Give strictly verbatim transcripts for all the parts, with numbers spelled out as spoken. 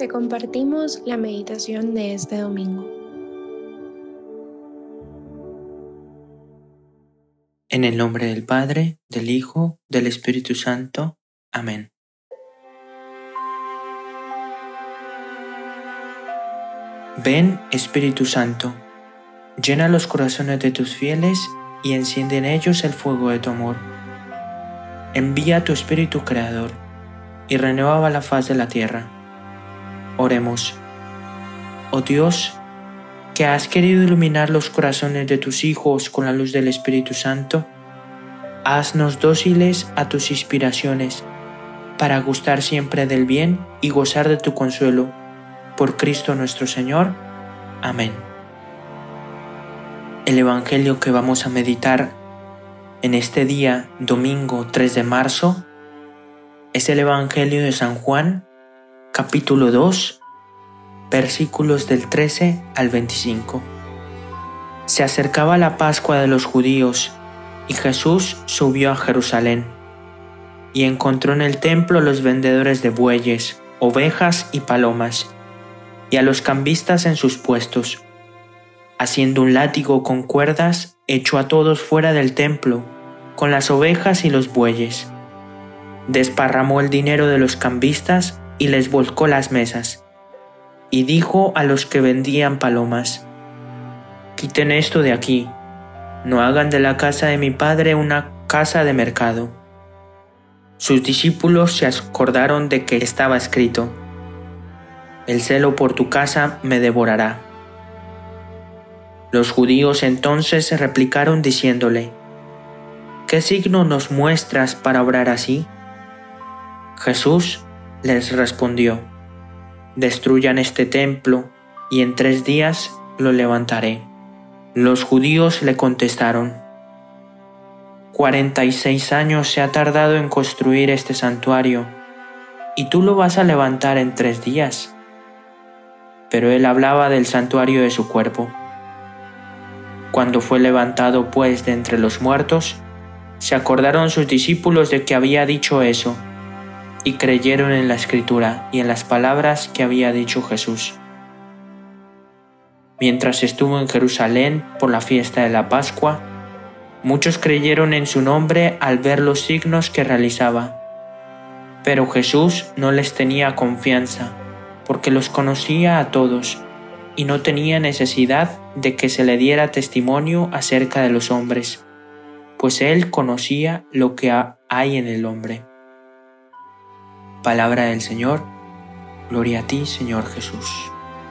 Te compartimos la meditación de este domingo. En el nombre del Padre, del Hijo, del Espíritu Santo. Amén. Ven, Espíritu Santo, llena los corazones de tus fieles y enciende en ellos el fuego de tu amor. Envía tu Espíritu Creador y renueva la faz de la tierra. Oremos. Oh Dios, que has querido iluminar los corazones de tus hijos con la luz del Espíritu Santo, haznos dóciles a tus inspiraciones, para gustar siempre del bien y gozar de tu consuelo. Por Cristo nuestro Señor. Amén. El Evangelio que vamos a meditar en este día, domingo tres de marzo, es el Evangelio de San Juan, capítulo dos, versículos del trece al veinticinco. Se acercaba la Pascua de los judíos y Jesús subió a Jerusalén y encontró en el templo a los vendedores de bueyes, ovejas y palomas, y a los cambistas en sus puestos. Haciendo un látigo con cuerdas, echó a todos fuera del templo, con las ovejas y los bueyes. Desparramó el dinero de los cambistas y les volcó las mesas. Y dijo a los que vendían palomas: «Quiten esto de aquí, no hagan de la casa de mi padre una casa de mercado». Sus discípulos se acordaron de que estaba escrito: «El celo por tu casa me devorará». Los judíos entonces se replicaron diciéndole: «¿Qué signo nos muestras para obrar así?». Jesús les respondió: «Destruyan este templo, y en tres días lo levantaré». Los judíos le contestaron: «Cuarenta y seis años se ha tardado en construir este santuario, ¿y tú lo vas a levantar en tres días?». Pero él hablaba del santuario de su cuerpo. Cuando fue levantado pues de entre los muertos, se acordaron sus discípulos de que había dicho eso, y creyeron en la Escritura y en las palabras que había dicho Jesús. Mientras estuvo en Jerusalén por la fiesta de la Pascua, muchos creyeron en su nombre al ver los signos que realizaba. Pero Jesús no les tenía confianza, porque los conocía a todos y no tenía necesidad de que se le diera testimonio acerca de los hombres, pues él conocía lo que hay en el hombre. Palabra del Señor. Gloria a ti, Señor Jesús.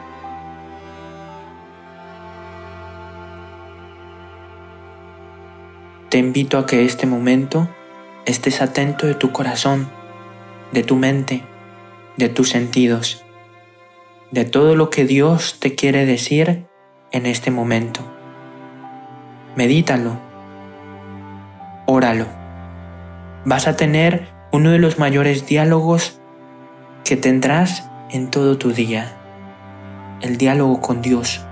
Te invito a que este momento estés atento de tu corazón, de tu mente, de tus sentidos, de todo lo que Dios te quiere decir en este momento. Medítalo, óralo. Vas a tener uno de los mayores diálogos que tendrás en todo tu día, el diálogo con Dios.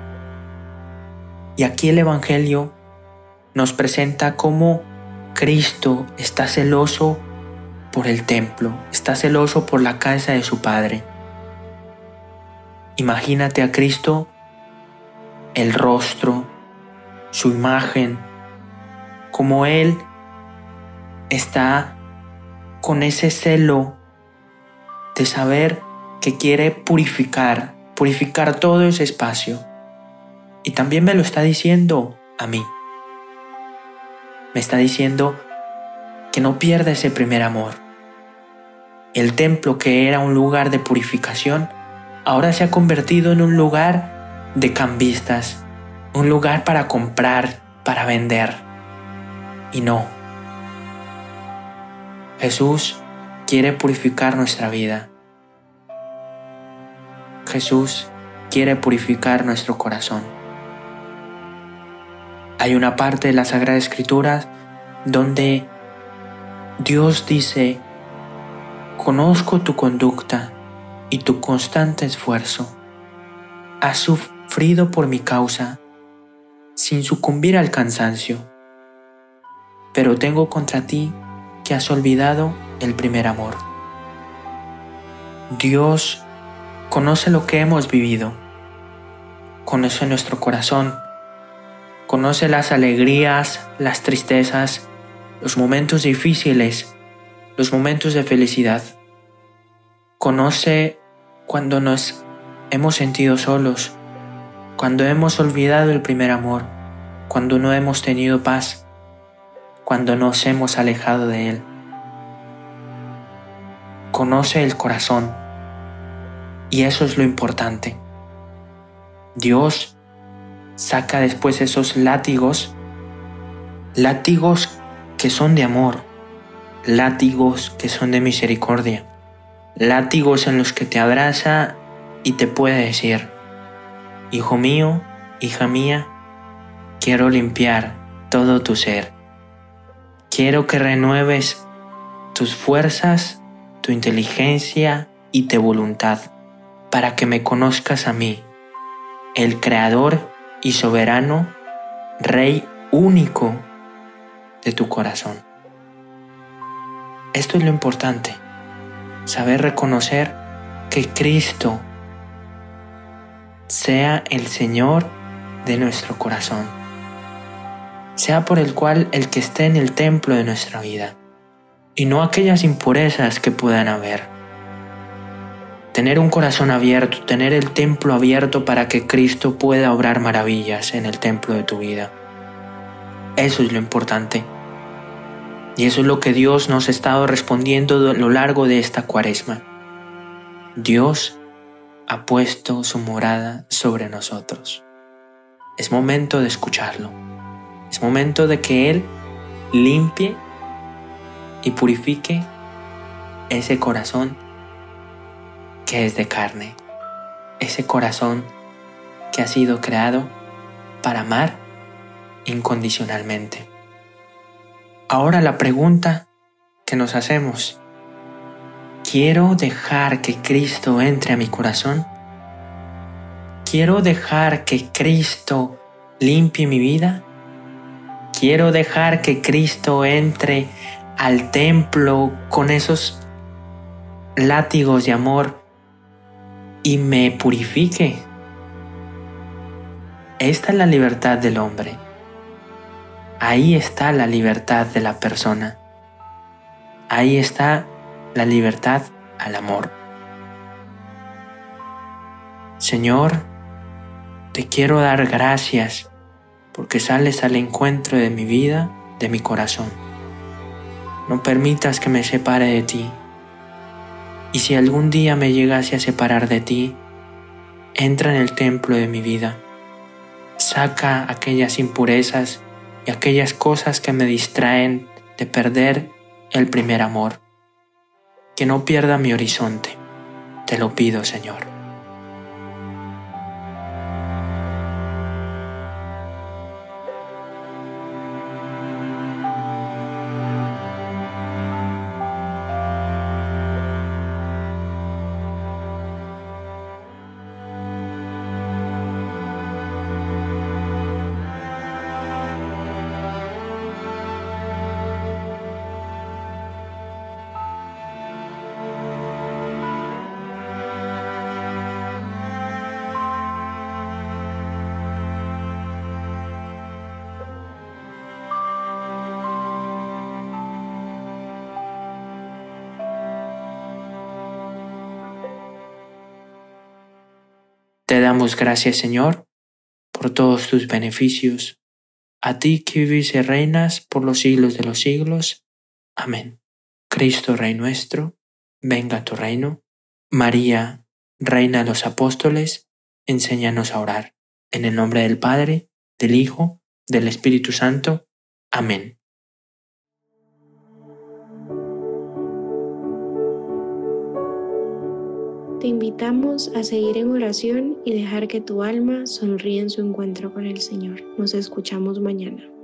Y aquí el Evangelio nos presenta cómo Cristo está celoso por el templo, está celoso por la casa de su Padre. Imagínate a Cristo, el rostro, su imagen, como Él está con ese celo de saber que quiere purificar, purificar todo ese espacio. Y también me lo está diciendo a mí. Me está diciendo que no pierda ese primer amor. El templo, que era un lugar de purificación, ahora se ha convertido en un lugar de cambistas, un lugar para comprar, para vender. Y no. Jesús quiere purificar nuestra vida. Jesús quiere purificar nuestro corazón. Hay una parte de la Sagrada Escritura donde Dios dice: «Conozco tu conducta y tu constante esfuerzo. Has sufrido por mi causa, sin sucumbir al cansancio. Pero tengo contra ti que has olvidado el primer amor». Dios Conoce lo que hemos vivido. Conoce nuestro corazón. Conoce las alegrías, las tristezas, los momentos difíciles, los momentos de felicidad. Conoce cuando nos hemos sentido solos, cuando hemos olvidado el primer amor, cuando no hemos tenido paz, cuando nos hemos alejado de Él. Conoce el corazón, y eso es lo importante. Dios saca después esos látigos, látigos que son de amor, látigos que son de misericordia, látigos en los que te abraza y te puede decir: hijo mío, hija mía, quiero limpiar todo tu ser. Quiero que renueves tus fuerzas, tu inteligencia y tu voluntad para que me conozcas a mí, el Creador y soberano, Rey único de tu corazón. Esto es lo importante, saber reconocer que Cristo sea el Señor de nuestro corazón, sea por el cual el que esté en el templo de nuestra vida, y no aquellas impurezas que puedan haber. Tener un corazón abierto, tener el templo abierto para que Cristo pueda obrar maravillas en el templo de tu vida. Eso es lo importante. Y eso es lo que Dios nos ha estado respondiendo a lo largo de esta Cuaresma. Dios ha puesto su morada sobre nosotros. Es momento de escucharlo. Es momento de que Él limpie y purifique ese corazón que es de carne, ese corazón que ha sido creado para amar incondicionalmente. Ahora la pregunta que nos hacemos: ¿quiero dejar que Cristo entre a mi corazón? ¿Quiero dejar que Cristo limpie mi vida? ¿Quiero dejar que Cristo entre al templo con esos látigos de amor y me purifique? Esta es la libertad del hombre. Ahí está la libertad de la persona. Ahí está la libertad al amor. Señor, te quiero dar gracias porque sales al encuentro de mi vida, de mi corazón. No permitas que me separe de ti. Y si algún día me llegase a separar de ti, entra en el templo de mi vida. Saca aquellas impurezas y aquellas cosas que me distraen de perder el primer amor. Que no pierda mi horizonte. Te lo pido, Señor. Te damos gracias, Señor, por todos tus beneficios. A ti que vives y reinas por los siglos de los siglos. Amén. Cristo, Rey nuestro, venga a tu reino. María, Reina de los Apóstoles, enséñanos a orar. En el nombre del Padre, del Hijo, del Espíritu Santo. Amén. Te invitamos a seguir en oración y dejar que tu alma sonríe en su encuentro con el Señor. Nos escuchamos mañana.